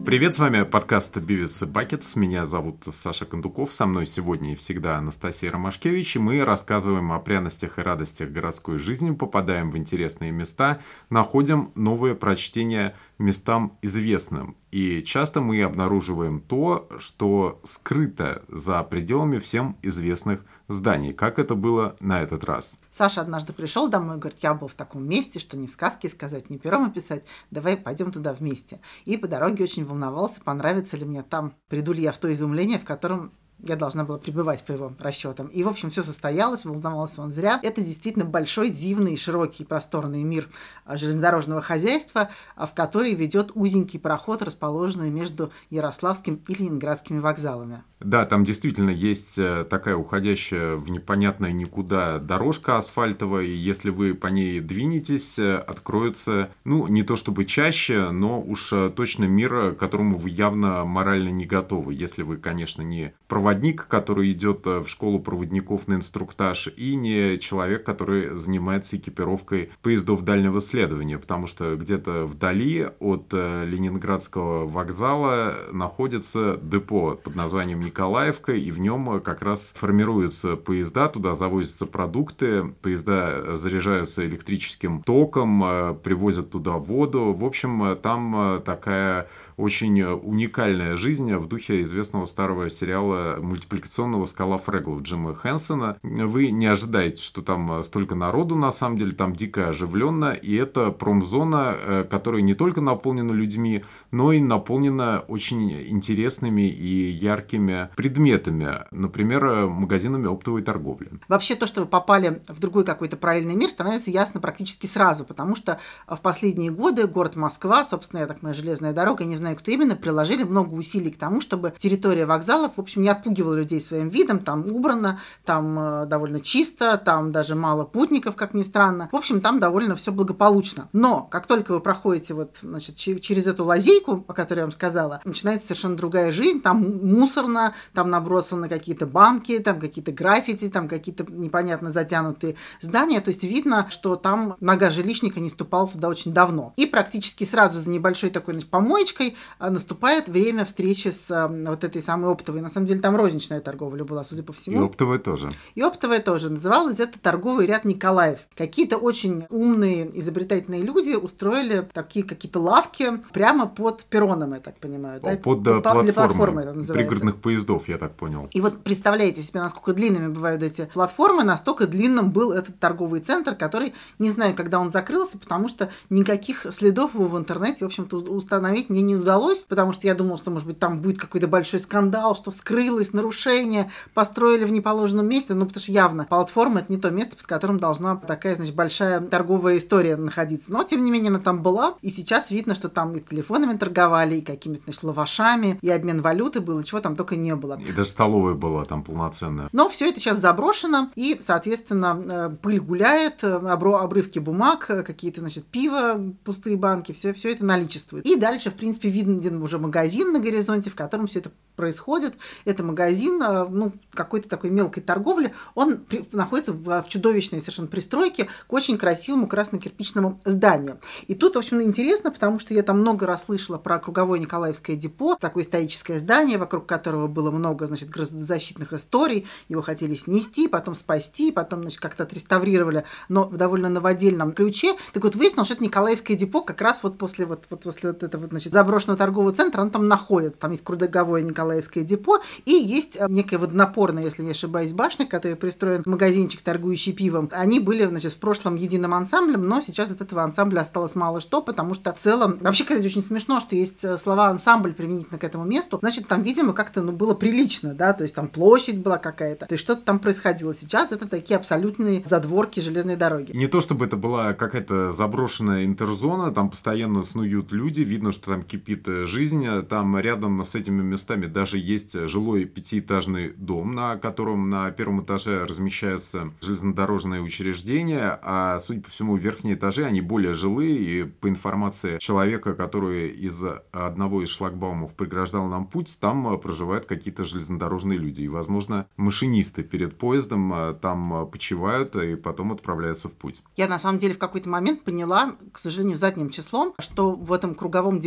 Привет, с вами подкаст Beavis and Butt-Heads. Меня зовут Саша Кондуков. Со мной сегодня и всегда Анастасия Ромашкевич. И мы рассказываем о пряностях и радостях городской жизни, попадаем в интересные места, находим новые прочтения местам известным. И часто мы обнаруживаем то, что скрыто за пределами всем известных зданий. Как это было на этот раз? Саша однажды пришел домой и говорит: я был в таком месте, что ни в сказке сказать, ни пером описать. Давай пойдем туда вместе. И по дороге очень волновался, понравится ли мне там. Приду ли я в то изумление, в котором я должна была пребывать по его расчетам. И, в общем, все состоялось, волновался он зря. Это действительно большой, дивный, широкий, просторный мир железнодорожного хозяйства, в который ведет узенький проход, расположенный между Ярославским и Ленинградскими вокзалами. Да, там действительно есть такая уходящая в непонятное никуда дорожка асфальтовая, и если вы по ней двинетесь, откроется, не то чтобы чаще, но уж точно мир, к которому вы явно морально не готовы, если вы, конечно, не проводник, который идет в школу проводников на инструктаж, и не человек, который занимается экипировкой поездов дальнего следования, потому что где-то вдали от Ленинградского вокзала находится депо под названием Николаевка, и в нем как раз формируются поезда, туда завозятся продукты, поезда заряжаются электрическим током, привозят туда воду. В общем, там такая очень уникальная жизнь в духе известного старого сериала мультипликационного «Скала Фреглов» Джима Хэнсона. Вы не ожидаете, что там столько народу, на самом деле, там дико оживленно, и это промзона, которая не только наполнена людьми, но и наполнена очень интересными и яркими предметами, например, магазинами оптовой торговли. Вообще, то, что вы попали в другой какой-то параллельный мир, становится ясно практически сразу, потому что в последние годы город Москва, собственно, я так понимаю, железная дорога, я не знаю, кто именно, приложили много усилий к тому, чтобы территория вокзалов, в общем, не отпугивала людей своим видом, там убрано, там довольно чисто, там даже мало путников, как ни странно. В общем, там довольно все благополучно. Но как только вы проходите через эту лазейку, о которой я вам сказала, начинается совершенно другая жизнь, там мусорно, там набросаны какие-то банки, там какие-то граффити, там какие-то непонятно затянутые здания, то есть видно, что там нога жилищника не ступала туда очень давно. И практически сразу за небольшой такой помоечкой наступает время встречи с вот этой самой оптовой. На самом деле там розничная торговля была, судя по всему. И оптовая тоже. И оптовая тоже. Называлась это торговый ряд Николаевск. Какие-то очень умные, изобретательные люди устроили такие какие-то лавки прямо под перроном, я так понимаю. Под платформой это называется. Пригородных поездов, я так понял. И вот представляете себе, насколько длинными бывают эти платформы, настолько длинным был этот торговый центр, который, не знаю, когда он закрылся, потому что никаких следов его в интернете, в общем-то, установить мне не удалось, потому что я думала, что, может быть, там будет какой-то большой скандал, что вскрылось нарушение, построили в неположенном месте, потому что явно платформа — это не то место, под которым должна такая, большая торговая история находиться. Но, тем не менее, она там была, и сейчас видно, что там и телефонами торговали, и какими-то, лавашами, и обмен валюты был, и чего там только не было. И даже столовая была там полноценная. Но все это сейчас заброшено, и, соответственно, пыль гуляет, обрывки бумаг, какие-то, пиво, пустые банки, все это наличествует. И дальше, в принципе, виден уже магазин на горизонте, в котором все это происходит. Это магазин, какой-то такой мелкой торговли. Он находится в чудовищной совершенно пристройке к очень красивому красно-кирпичному зданию. И тут, в общем, интересно, потому что я там много раз слышала про круговое Николаевское депо, такое историческое здание, вокруг которого было много, градозащитных историй. Его хотели снести, потом спасти, потом, как-то отреставрировали, но в довольно новодельном ключе. Так вот, выяснилось, что это Николаевское депо как раз после этого, заброшенного торгового центра, он там находится. Там есть круговое Николаевское депо, и есть некая водонапорная, если не ошибаюсь, башня, к которой пристроен магазинчик, торгующий пивом. Они были, в прошлом единым ансамблем, но сейчас от этого ансамбля осталось мало что, потому что в целом... Вообще, кстати, очень смешно, что есть слова «ансамбль» применительно к этому месту. Значит, там, видимо, как-то было прилично, да, то есть там площадь была какая-то, то есть что-то там происходило. Сейчас это такие абсолютные задворки железной дороги. Не то, чтобы это была какая-то заброшенная интерзона, там постоянно снуют люди, видно, что там кипит жизнь, там рядом с этими местами даже есть жилой пятиэтажный дом, на котором на первом этаже размещаются железнодорожные учреждения, а, судя по всему, верхние этажи, они более жилые, и по информации человека, который из одного из шлагбаумов преграждал нам путь, там проживают какие-то железнодорожные люди, и, возможно, машинисты перед поездом там почивают и потом отправляются в путь. Я, на самом деле, в какой-то момент поняла, к сожалению, задним числом, что в этом круговом депо или в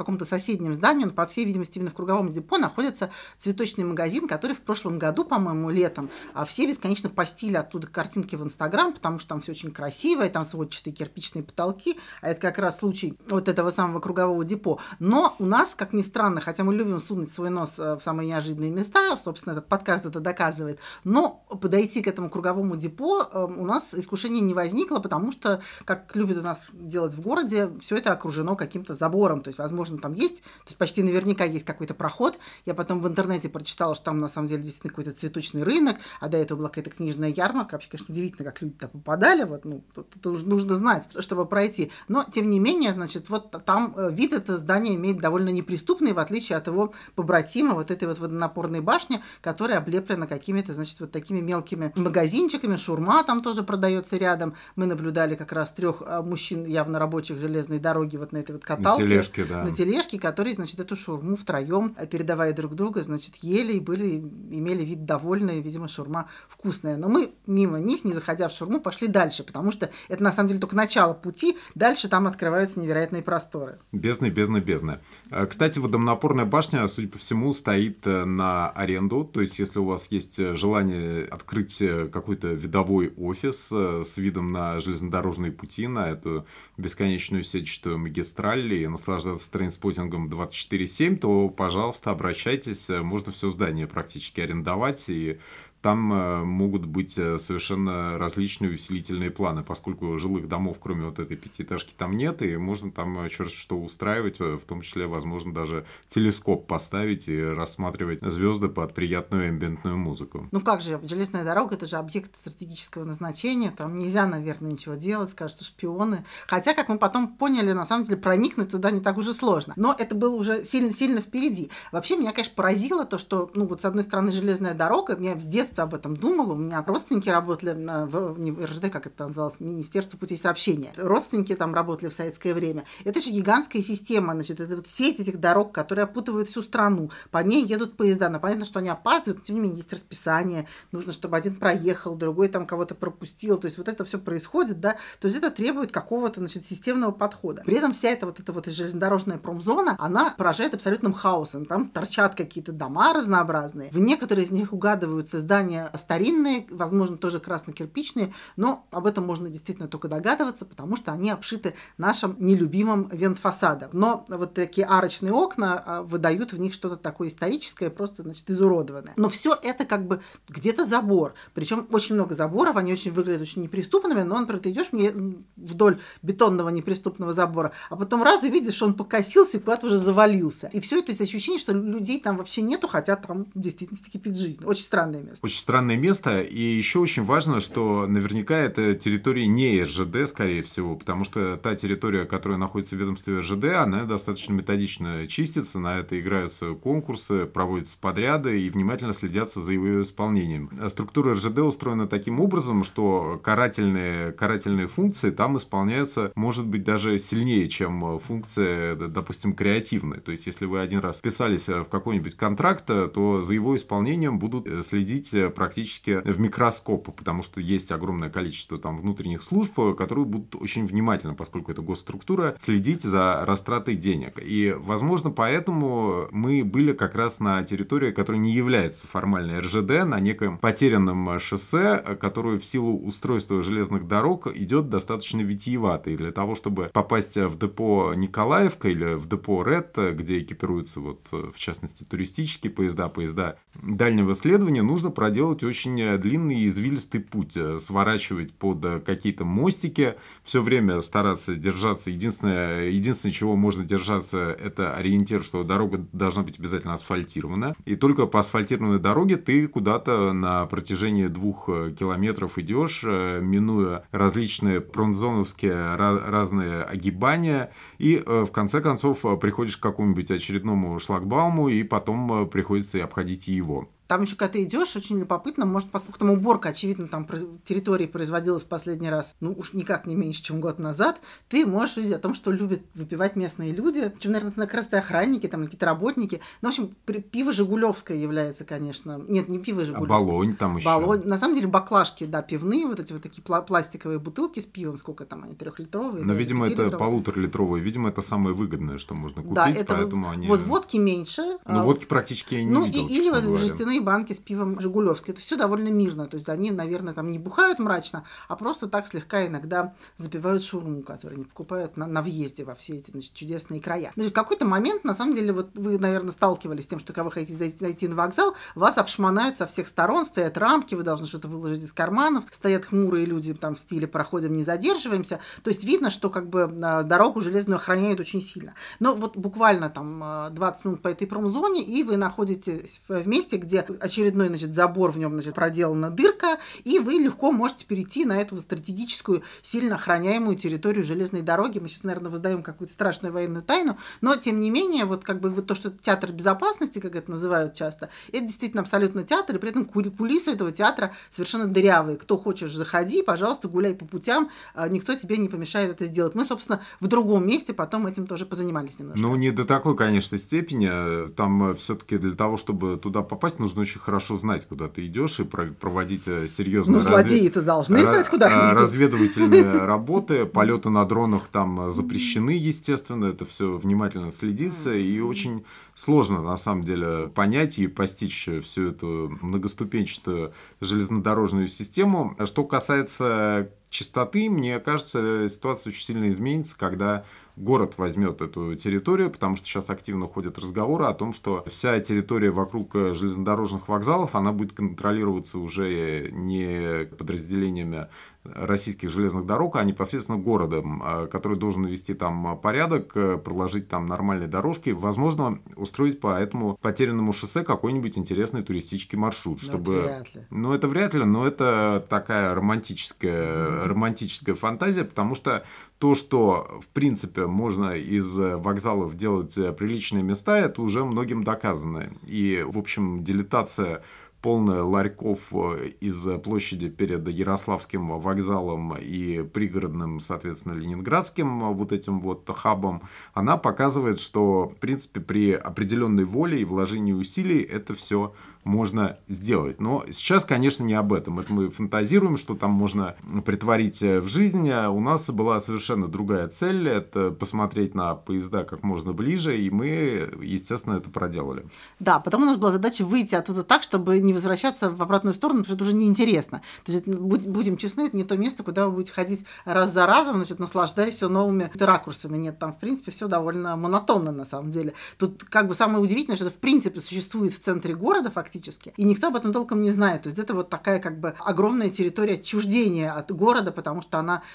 каком-то соседнем здании, но, по всей видимости, именно в круговом депо находится цветочный магазин, который в прошлом году, по-моему, летом, все бесконечно постили оттуда картинки в Инстаграм, потому что там все очень красиво, и там сводчатые кирпичные потолки, а это как раз случай вот этого самого кругового депо. Но у нас, как ни странно, хотя мы любим сунуть свой нос в самые неожиданные места, собственно, этот подкаст это доказывает, но подойти к этому круговому депо у нас искушение не возникло, потому что, как любят у нас делать в городе, все это окружено каким-то забором, то есть, возможно, там есть, то есть почти наверняка есть какой-то проход. Я потом в интернете прочитала, что там на самом деле действительно какой-то цветочный рынок, а до этого была какая-то книжная ярмарка. Вообще, конечно, удивительно, как люди туда попадали, вот, ну, это уже нужно знать, чтобы пройти. Но, тем не менее, значит, вот там вид это здание имеет довольно неприступный, в отличие от его побратима, вот этой вот водонапорной башни, которая облеплена какими-то, значит, вот такими мелкими магазинчиками, шаурма там тоже продается рядом. Мы наблюдали как раз 3 мужчин, явно рабочих железной дороги, вот на этой вот каталке. На тележке, да. На тележке, которые, значит, эту шаурму втроем, передавая друг друга, значит, ели и имели вид довольные, видимо, шаурма вкусная. Но мы мимо них, не заходя в шаурму, пошли дальше, потому что это на самом деле только начало пути, дальше там открываются невероятные просторы. Бездны. Кстати, водонапорная башня, судя по всему, стоит на аренду, то есть если у вас есть желание открыть какой-то видовой офис с видом на железнодорожные пути, на эту бесконечную сетчатую магистраль и наслаждаться трейнспоттингом 24/7, то, пожалуйста, обращайтесь, можно все здание практически арендовать, и там могут быть совершенно различные усилительные планы, поскольку жилых домов, кроме вот этой пятиэтажки, там нет, и можно там черт что устраивать, в том числе, возможно, даже телескоп поставить и рассматривать звезды под приятную эмбиентную музыку. Ну как же, железная дорога – это же объект стратегического назначения, там нельзя, наверное, ничего делать, скажут, что шпионы. Хотя, как мы потом поняли, на самом деле проникнуть туда не так уже сложно. Но это было уже сильно-сильно впереди. Вообще, меня, конечно, поразило то, что, ну вот с одной стороны, железная дорога, я с детства об этом думала. У меня родственники работали в РЖД, как это называлось, Министерство путей сообщения. Родственники там работали в советское время. Это же гигантская система, значит, это вот сеть этих дорог, которые опутывают всю страну. По ней едут поезда. Но понятно, что они опаздывают, но тем не менее есть расписание. Нужно, чтобы один проехал, другой там кого-то пропустил. То есть вот это все происходит, да. То есть это требует какого-то, значит, системного подхода. При этом вся эта вот железнодорожная промзона, она поражает абсолютным хаосом. Там торчат какие-то дома разнообразные. В некоторые из них угадываются здания старинные, возможно, тоже красно-кирпичные, но об этом можно действительно только догадываться, потому что они обшиты нашим нелюбимым вентфасадом. Но вот такие арочные окна выдают в них что-то такое историческое, просто, значит, изуродованное. Но все это как бы где-то забор. Причем очень много заборов, они очень выглядят очень неприступными, но, например, ты идешь вдоль бетонного неприступного забора, а потом раз и видишь, что он покосился и куда-то уже завалился. И все это есть ощущение, что людей там вообще нету, хотя там в действительности кипит жизнь. Очень странное место. Очень странное место, и еще очень важно, что наверняка это территория не РЖД, скорее всего, потому что та территория, которая находится в ведомстве РЖД, она достаточно методично чистится, на это играются конкурсы, проводятся подряды и внимательно следятся за его исполнением. Структура РЖД устроена таким образом, что карательные функции там исполняются, может быть, даже сильнее, чем функции, допустим, креативные. То есть, если вы один раз вписались в какой-нибудь контракт, то за его исполнением будут следить практически в микроскоп, потому что есть огромное количество там внутренних служб, которые будут очень внимательно, поскольку это госструктура, следить за растратой денег. И, возможно, поэтому мы были как раз на территории, которая не является формальной РЖД, на некоем потерянном шоссе, которое в силу устройства железных дорог идет достаточно витиевато. И для того, чтобы попасть в депо Николаевка или в депо РЭД, где экипируются, вот, в частности, туристические поезда дальнего следования, нужно проделать очень длинный и извилистый путь, сворачивать под какие-то мостики, все время стараться держаться. Единственное, чего можно держаться, это ориентир, что дорога должна быть обязательно асфальтирована. И только по асфальтированной дороге ты куда-то на протяжении 2 километров идешь, минуя различные промзоновские разные огибания, и в конце концов приходишь к какому-нибудь очередному шлагбауму, и потом приходится и обходить его. Там еще, когда ты идешь, очень любопытно, может, поскольку там уборка, очевидно, там территории производилась в последний раз, ну, уж никак не меньше, чем год назад, ты можешь видеть о том, что любят выпивать местные люди, причем, наверное, как раз охранники, там, какие-то работники. Ну, в общем, пиво «Жигулевское» является, конечно... Нет, не пиво «Жигулевское». А Болонь там еще. Болонь. На самом деле, баклажки, да, пивные, вот эти вот такие пластиковые бутылки с пивом, сколько там они, 3-литровые? Но, да, видимо, это 5-литровые. 1,5-литровые. Видимо, это самое выгодное, что можно купить, Да, это поэтому они... вот водки меньше. Ну, водки практически я не ну, видел, или честно вот говоря. жестяные банки с пивом «Жигулевское». Это все довольно мирно. То есть они, наверное, там не бухают мрачно, а просто так слегка иногда запивают шаурму, которую они покупают на въезде во все эти, значит, чудесные края. Значит, в какой-то момент, на самом деле, вот вы, наверное, сталкивались с тем, что когда вы хотите зайти на вокзал, вас обшмонают со всех сторон, стоят рамки, вы должны что-то выложить из карманов, стоят хмурые люди там в стиле «проходим, не задерживаемся». То есть видно, что как бы дорогу железную охраняют очень сильно. Но вот буквально там 20 минут по этой промзоне, и вы находитесь в месте, где очередной, значит, забор, в нем, значит, проделана дырка, и вы легко можете перейти на эту стратегическую, сильно охраняемую территорию железной дороги. Мы сейчас, наверное, воздаем какую-то страшную военную тайну, но, тем не менее, вот как бы вот то, что театр безопасности, как это называют часто, это действительно абсолютно театр, и при этом кулисы этого театра совершенно дырявые. Кто хочешь, заходи, пожалуйста, гуляй по путям, никто тебе не помешает это сделать. Мы, собственно, в другом месте потом этим тоже позанимались немножко. Ну, не до такой, конечно, степени. Там все-таки для того, чтобы туда попасть, нужно очень хорошо знать, куда ты идешь, и проводить серьезные злодеи-то должны знать, куда они идут. Разведывательные работы. Полеты на дронах там запрещены, естественно. Это все внимательно следится. И очень сложно, на самом деле, понять и постичь всю эту многоступенчатую железнодорожную систему. Что касается чистоты, мне кажется, ситуация очень сильно изменится, когда город возьмет эту территорию, потому что сейчас активно ходят разговоры о том, что вся территория вокруг железнодорожных вокзалов, она будет контролироваться уже не подразделениями российских железных дорог, а непосредственно городом, который должен навести там порядок, проложить там нормальные дорожки, возможно, устроить по этому потерянному шоссе какой-нибудь интересный туристический маршрут, чтобы... Ну, это вряд ли, но это такая романтическая фантазия, потому что то, что, в принципе, можно из вокзалов делать приличные места, это уже многим доказано. И, в общем, дилетация полная ларьков из площади перед Ярославским вокзалом и пригородным, соответственно, Ленинградским вот этим вот хабом, она показывает, что, в принципе, при определенной воле и вложении усилий это все можно сделать. Но сейчас, конечно, не об этом. Это мы фантазируем, что там можно притворить в жизнь. У нас была совершенно другая цель. Это посмотреть на поезда как можно ближе, и мы, естественно, это проделали. Да, потом у нас была задача выйти оттуда так, чтобы не возвращаться в обратную сторону, потому что это уже неинтересно. То есть, будем честны, это не то место, куда вы будете ходить раз за разом, значит, наслаждаясь все новыми ракурсами. Нет, там, в принципе, все довольно монотонно, на самом деле. Тут, как бы, самое удивительное, что это, в принципе, существует в центре города, фактически, и никто об этом толком не знает. То есть это вот такая как бы огромная территория отчуждения от города, потому что она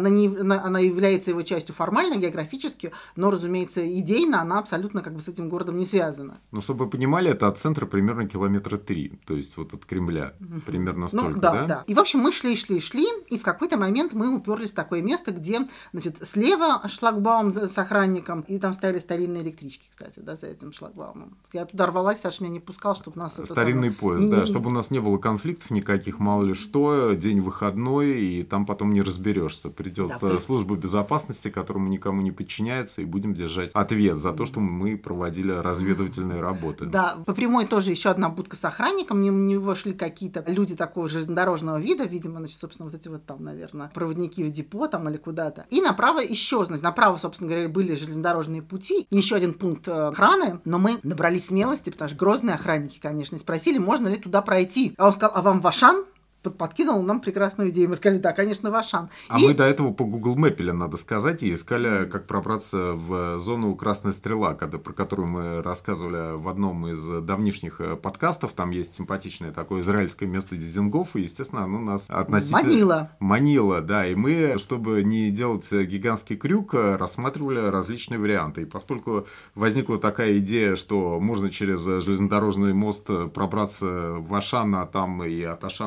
является его частью формально, географически, но, разумеется, идейно она абсолютно как бы с этим городом не связана. Ну, чтобы вы понимали, это от центра примерно 3 километра, то есть вот от Кремля, примерно столько, да? И, в общем, мы шли, и в какой-то момент мы уперлись в такое место, где, значит, слева шлагбаум с охранником, и там стояли старинные электрички, кстати, да, за этим шлагбаумом. Я туда рвалась, Саша меня не пускал, чтобы нас... Старинный поезд, да, чтобы у нас не было конфликтов никаких, мало ли что, день выходной, и там потом не разберешься. Придет служба безопасности, которому никому не подчиняется, и будем держать ответ за то, что мы проводили разведывательные работы. Да, по прямой тоже еще одна будка с охранником, в него шли какие-то люди такого железнодорожного вида, видимо, значит, собственно, вот эти вот там, наверное, проводники в депо там или куда-то. И направо еще, значит, направо, собственно говоря, были железнодорожные пути, еще один пункт охраны, но мы набрались смелости, потому что грозные охранники, конечно, спросили, можно ли туда пройти. А он сказал, а вам в Ашан? Подкинул нам прекрасную идею. Мы сказали, да, конечно, в Ашан. Мы до этого по Google Map'или, надо сказать, и искали, как пробраться в зону «Красная стрела», про которую мы рассказывали в одном из давнишних подкастов. Там есть симпатичное такое израильское место Дизингоф, и, естественно, оно нас относительно... Манило, да. И мы, чтобы не делать гигантский крюк, рассматривали различные варианты. И поскольку возникла такая идея, что можно через железнодорожный мост пробраться в Ашан, а там и от Ашана совсем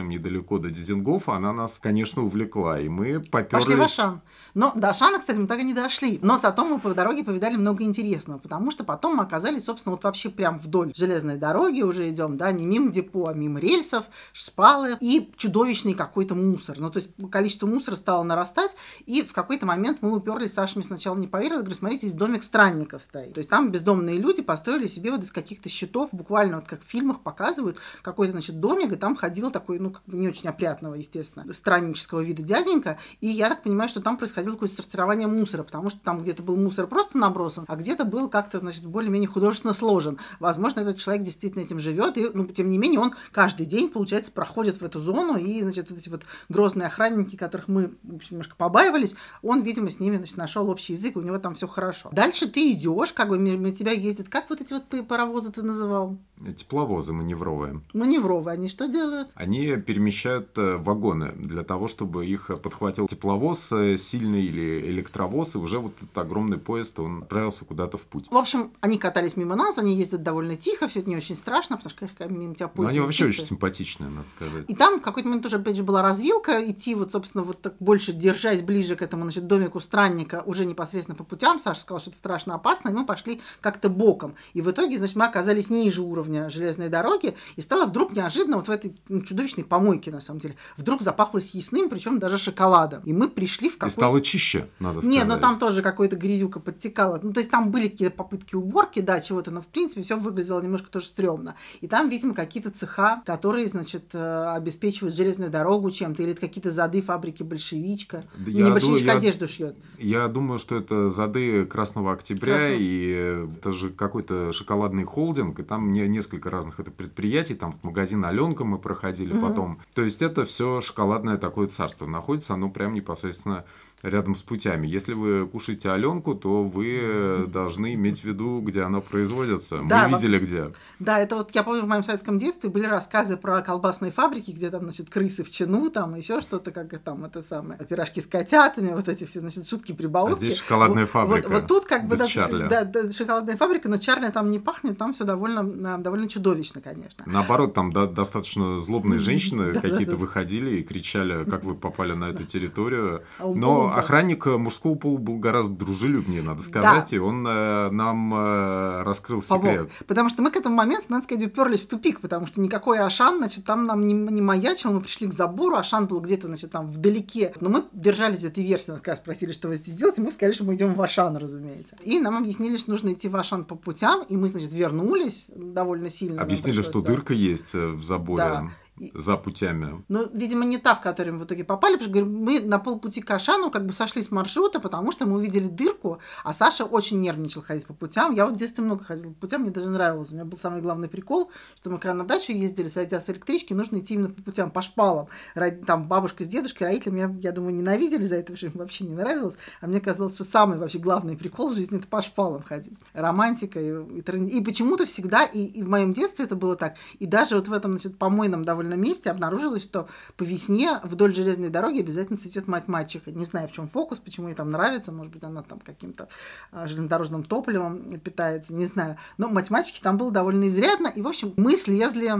совсем недалеко до Дизингофа, она нас, конечно, увлекла, и мы попёрлись... Пошли в Ашан. Но до Ашана, кстати, мы так и не дошли. Но зато мы по дороге повидали много интересного, потому что потом мы оказались, собственно, вот вообще прям вдоль железной дороги уже идем, да, не мимо депо, а мимо рельсов, шпалы и чудовищный какой-то мусор. Ну, то есть количество мусора стало нарастать, и в какой-то момент мы уперлись, Саша мне сначала не поверила, говорю, смотрите, здесь домик странников стоит. То есть там бездомные люди построили себе вот из каких-то щитов, буквально вот как в фильмах показывают, какой-то, значит, домик, и там ходил такой, ну, как бы не очень опрятного, естественно, страннического вида дяденька, и я так понимаю, что там происходило какое-то сортирование мусора, потому что там где-то был мусор просто набросан, а где-то был как-то, значит, более-менее художественно сложен. Возможно, этот человек действительно этим живет, и, ну, тем не менее, он каждый день, получается, проходит в эту зону, и, значит, вот эти вот грозные охранники, которых мы, в общем, немножко побаивались, он, видимо, с ними, значит, нашел общий язык, и у него там все хорошо. Дальше ты идешь, как бы мимо тебя ездят, как вот эти вот паровозы ты называл? Тепловозы маневровые. Маневровые, они что делают? Они перемещают вагоны для того, чтобы их подхватил тепловоз сильный или электровоз, и уже вот этот огромный поезд, он отправился куда-то в путь. В общем, они катались мимо нас, они ездят довольно тихо, все это не очень страшно, потому что, конечно, мимо тебя поезд. Но они вообще летит. очень симпатичные, надо сказать. И там в какой-то момент уже, опять же, была развилка, идти вот, собственно, вот так больше держась ближе к этому, значит, домику странника, уже непосредственно по путям. Саша сказал, что это страшно опасно, и мы пошли как-то боком. И в итоге, значит, мы оказались ниже уровня железной дороги, и стало вдруг неожиданно вот в этой чудовищной помойке, на самом деле, вдруг запахло съестным, причем даже шоколадом. И мы пришли в какой-то... И стало чище, надо сказать. Нет, но там тоже какой-то грязюка подтекала. Ну, то есть там были какие-то попытки уборки, да, чего-то, но, в принципе, все выглядело немножко тоже стрёмно. И там, видимо, какие-то цеха, которые, значит, обеспечивают железную дорогу чем-то, или это какие-то зады фабрики «Большевичка». Да, Не «Большевичка», одежду шьет. Я думаю, что это зады Красного Октября, и это же какой-то шоколадный холдинг, и там несколько разных это предприятий, там вот магазин «Аленка» мы проходили потом. То есть это все шоколадное такое царство. Находится оно прям непосредственно рядом с путями. Если вы кушаете «Аленку», то вы должны иметь в виду, где она производится. Да, мы видели, где. Да, это вот, я помню, в моем советском детстве были рассказы про колбасные фабрики, где там, значит, крысы в чину, там еще что-то, как там, это самое, пирожки с котятами, вот эти все, значит, шутки-прибаутки. А здесь шоколадная фабрика. Вот тут как бы, да, шоколадная фабрика, но Чарли там не пахнет, там все довольно чудовищно, конечно. Наоборот, там достаточно злобные женщины какие-то выходили и кричали, как вы попали на эту территорию. Но охранник мужского пола был гораздо дружелюбнее, надо сказать, и он нам раскрыл секрет. Потому что мы к этому моменту, надо сказать, уперлись в тупик, потому что никакой Ашан, значит, там нам не маячил, мы пришли к забору, Ашан был где-то, значит, там вдалеке. Но мы держались этой версии, когда спросили, что вы здесь делаете, мы сказали, что мы идем в Ашан, разумеется. И нам объяснили, что нужно идти в Ашан по путям, и мы, значит, вернулись довольно сильно. Объяснили, что дырка есть в заборе. Да. За путями. Ну, видимо, не та, в которую мы в итоге попали, потому что, говорю, мы на полпути к Ашану как бы сошли с маршрута, потому что мы увидели дырку, а Саша очень нервничал ходить по путям. Я вот в детстве много ходила по путям, мне даже нравилось. У меня был самый главный прикол, что мы когда на дачу ездили, сойдя с электрички, нужно идти именно по путям, по шпалам. Там бабушка с дедушкой, родители меня, я думаю, ненавидели за это, потому что им вообще не нравилось. А мне казалось, что самый вообще главный прикол в жизни — это по шпалам ходить. Романтика и почему-то всегда, и в моем детстве это было так. И даже вот в этом, значит, помойном довольно месте обнаружилось, что по весне вдоль железной дороги обязательно цветет мать-мачеха. Не знаю, в чем фокус, почему ей там нравится, может быть, она там каким-то железнодорожным топливом питается, не знаю. Но мать-мачехи там было довольно изрядно, и, в общем, мы слезли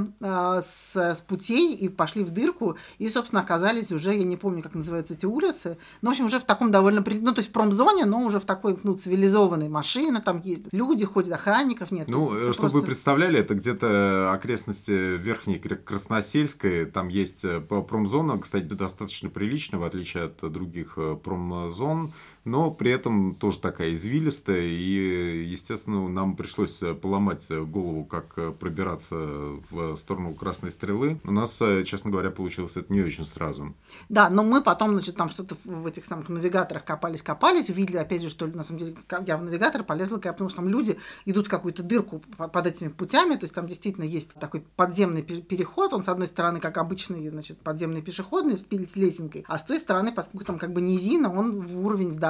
с путей и пошли в дырку, и, собственно, оказались уже, я не помню, как называются эти улицы, но, в общем, уже в таком довольно, ну, то есть в промзоне, но уже в такой, ну, цивилизованной машине там ездят, люди ходят, охранников нет. Ну, чтобы вы представляли, это где-то окрестности Верхней Красносельской, там есть промзона, кстати, достаточно приличная, в отличие от других промзон, но при этом тоже такая извилистая, и, естественно, нам пришлось поломать голову, как пробираться в сторону Красной Стрелы. У нас, честно говоря, получилось это не очень сразу. Да, но мы потом, значит, там что-то в этих самых навигаторах копались, увидели, опять же, что на самом деле, я в навигатор полезла, потому что там люди идут в какую-то дырку под этими путями, то есть там действительно есть такой подземный переход, он, с одной стороны, как обычный, значит, подземный пешеходный с лесенкой, а с той стороны, поскольку там как бы низина, он в уровень с дорогой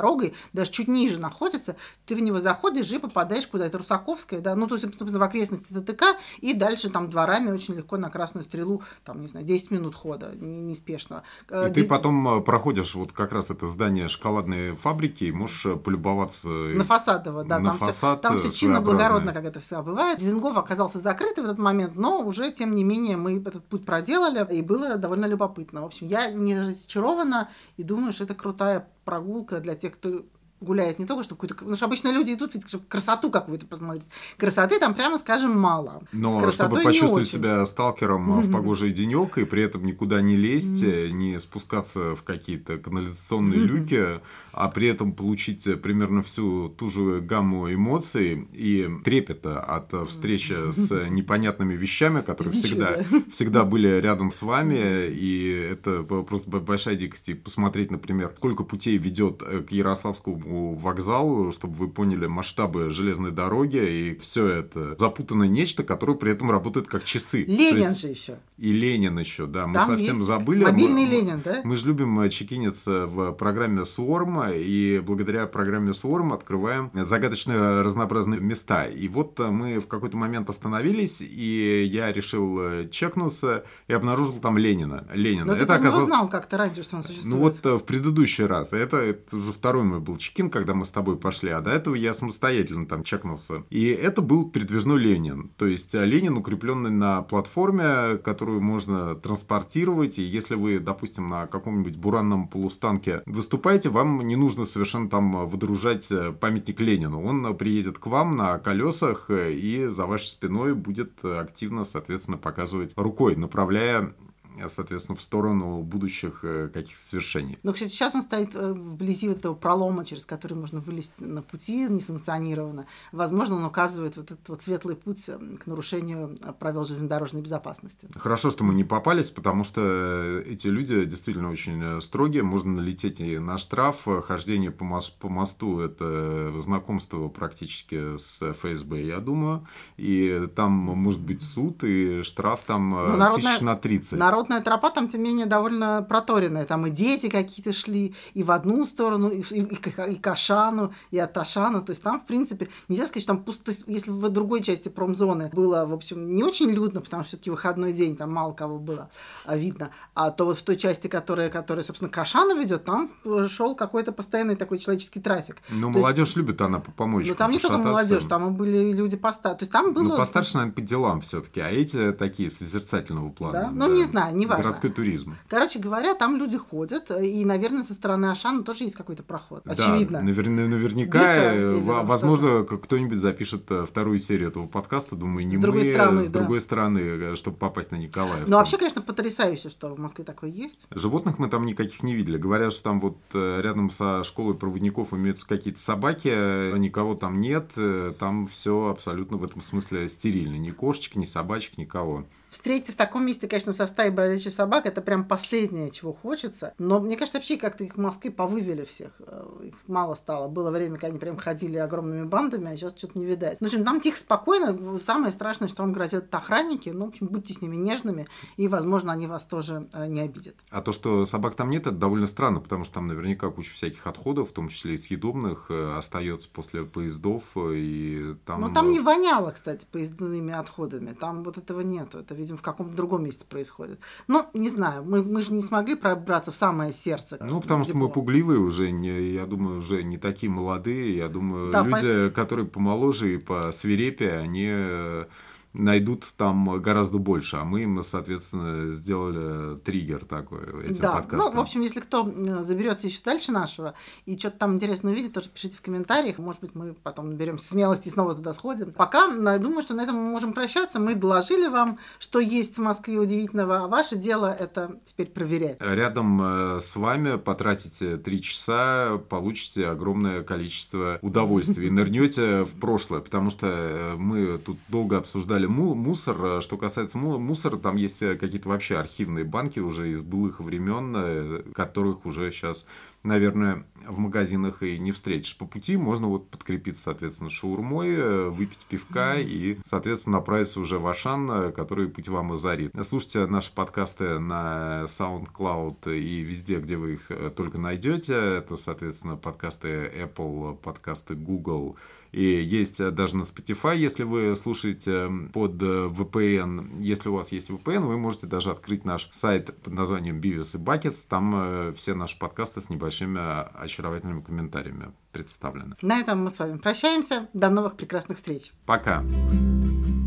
дорогой, даже чуть ниже находится, ты в него заходишь и попадаешь куда-то, Русаковская, да, ну, то есть в окрестности ТТК, и дальше там дворами очень легко на Красную Стрелу, там, не знаю, 10 минут хода, неспешного. И ты потом проходишь вот как раз это здание шоколадной фабрики, и можешь полюбоваться... На Фасадово, да, там все чинно, благородно, как это всегда бывает. Дизингоф оказался закрытый в этот момент, но уже, тем не менее, мы этот путь проделали, и было довольно любопытно. В общем, я не разочарована, и думаю, что это крутая прогулка для тех, кто гуляет не только, чтобы какую-то... Потому что обычно люди идут, чтобы красоту какую-то посмотреть. Красоты там, прямо скажем, мало. Но чтобы почувствовать себя сталкером в погожий денек и при этом никуда не лезть, не спускаться в какие-то канализационные люки, а при этом получить примерно всю ту же гамму эмоций и трепета от встречи с непонятными вещами, которые всегда были рядом с вами, и это просто большая дикость. И посмотреть, например, сколько путей ведет к Ярославскому вокзалу, чтобы вы поняли масштабы железной дороги, и все это запутанное нечто, которое при этом работает как часы. Ленин же еще. И Ленин еще, да. Мы там совсем забыли. Мобильный Ленин, да? Мы же любим чекиниться в программе Swarm, и благодаря программе Swarm открываем загадочные разнообразные места. И вот мы в какой-то момент остановились, и я решил чекнуться и обнаружил там Ленина. Но ты не узнал как-то раньше, что он существует. Ну вот в предыдущий раз. Это уже второй мой был чекин, когда мы с тобой пошли, а до этого я самостоятельно там чекнулся. И это был передвижной Ленин. То есть Ленин, укрепленный на платформе, которую можно транспортировать. И если вы, допустим, на каком-нибудь буранном полустанке выступаете, вам не нужно совершенно там выдружать памятник Ленину. Он приедет к вам на колесах и за вашей спиной будет активно, соответственно, показывать рукой, направляя, соответственно, в сторону будущих каких-то свершений. Но, кстати, сейчас он стоит вблизи этого пролома, через который можно вылезти на пути несанкционированно. Возможно, он указывает вот этот вот светлый путь к нарушению правил железнодорожной безопасности. Хорошо, что мы не попались, потому что эти люди действительно очень строгие. Можно налететь и на штраф. Хождение по мосту – это знакомство практически с ФСБ, я думаю. И там может быть суд, и штраф там 1000 на 30. Народная тропа там, тем не менее, довольно проторенная. Там и дети какие-то шли и в одну сторону, и к Ашану, и от Ашану. То есть там, в принципе, нельзя сказать, что там пусто. То есть, если в другой части промзоны было, в общем, не очень людно, потому что все-таки выходной день, там мало кого было видно. А то вот в той части, которая собственно, к Ашану ведет, там шел какой-то постоянный такой человеческий трафик. Ну, молодежь любит, она помочь. Ну, там не только молодежь, там и были люди постарше. То есть там было... Ну, постарше, наверное, по делам все-таки, а эти такие созерцательного плана. Да? Ну, не знаю, неважно. Городской туризм. Короче говоря, там люди ходят, и, наверное, со стороны Ашана тоже есть какой-то проход. Да, очевидно. Наверняка, возможно, кто-нибудь запишет вторую серию этого подкаста, думаю, не с другой стороны, чтобы попасть на Николаев. Ну, вообще, конечно, потрясающе, что в Москве такое есть. Животных мы там никаких не видели. Говорят, что там вот рядом со школой проводников имеются какие-то собаки, никого там нет, там все абсолютно в этом смысле стерильно. Ни кошечек, ни собачек, никого. Встретиться в таком месте, конечно, со стаей бродячих собак, это прям последнее, чего хочется. Но мне кажется, вообще как-то их в Москве повывели всех. Их мало стало. Было время, когда они прям ходили огромными бандами, а сейчас что-то не видать. Ну, в общем, там тихо, спокойно. Самое страшное, что вам грозят охранники. Ну, в общем, будьте с ними нежными, и, возможно, они вас тоже не обидят. А то, что собак там нет, это довольно странно, потому что там наверняка куча всяких отходов, в том числе и съедобных, остается после поездов. И там... Ну, там не воняло, кстати, поездными отходами. Там вот этого нету. Это, видимо, в каком-то другом месте происходит. Ну, не знаю, мы же не смогли пробраться в самое сердце. Ну, потому что мы пугливые уже, я думаю, уже не такие молодые. Я думаю, да, люди, которые помоложе и посвирепее, они найдут там гораздо больше, а мы им, соответственно, сделали триггер такой этим подкастом. Ну, в общем, если кто заберется еще дальше нашего и что-то там интересно увидит, тоже пишите в комментариях. Может быть, мы потом наберемся смелости и снова туда сходим. Пока, думаю, что на этом мы можем прощаться. Мы доложили вам, что есть в Москве удивительного, а ваше дело это теперь проверять. Рядом с вами потратите 3 часа, получите огромное количество удовольствия и нырнете в прошлое, потому что мы тут долго обсуждали мусор. Что касается мусора, там есть какие-то вообще архивные банки уже из былых времен, которых уже сейчас наверное, в магазинах и не встретишь. По пути можно вот подкрепиться, соответственно, шаурмой, выпить пивка и, соответственно, направиться уже в Ашан, который путь вам озарит. Слушайте наши подкасты на SoundCloud и везде, где вы их только найдете. Это, соответственно, подкасты Apple, подкасты Google. И есть даже на Spotify, если вы слушаете под VPN. Если у вас есть VPN, вы можете даже открыть наш сайт под названием Beavis и Buckets. Там все наши подкасты с небольшими очаровательными комментариями представлены. На этом мы с вами прощаемся. До новых прекрасных встреч. Пока.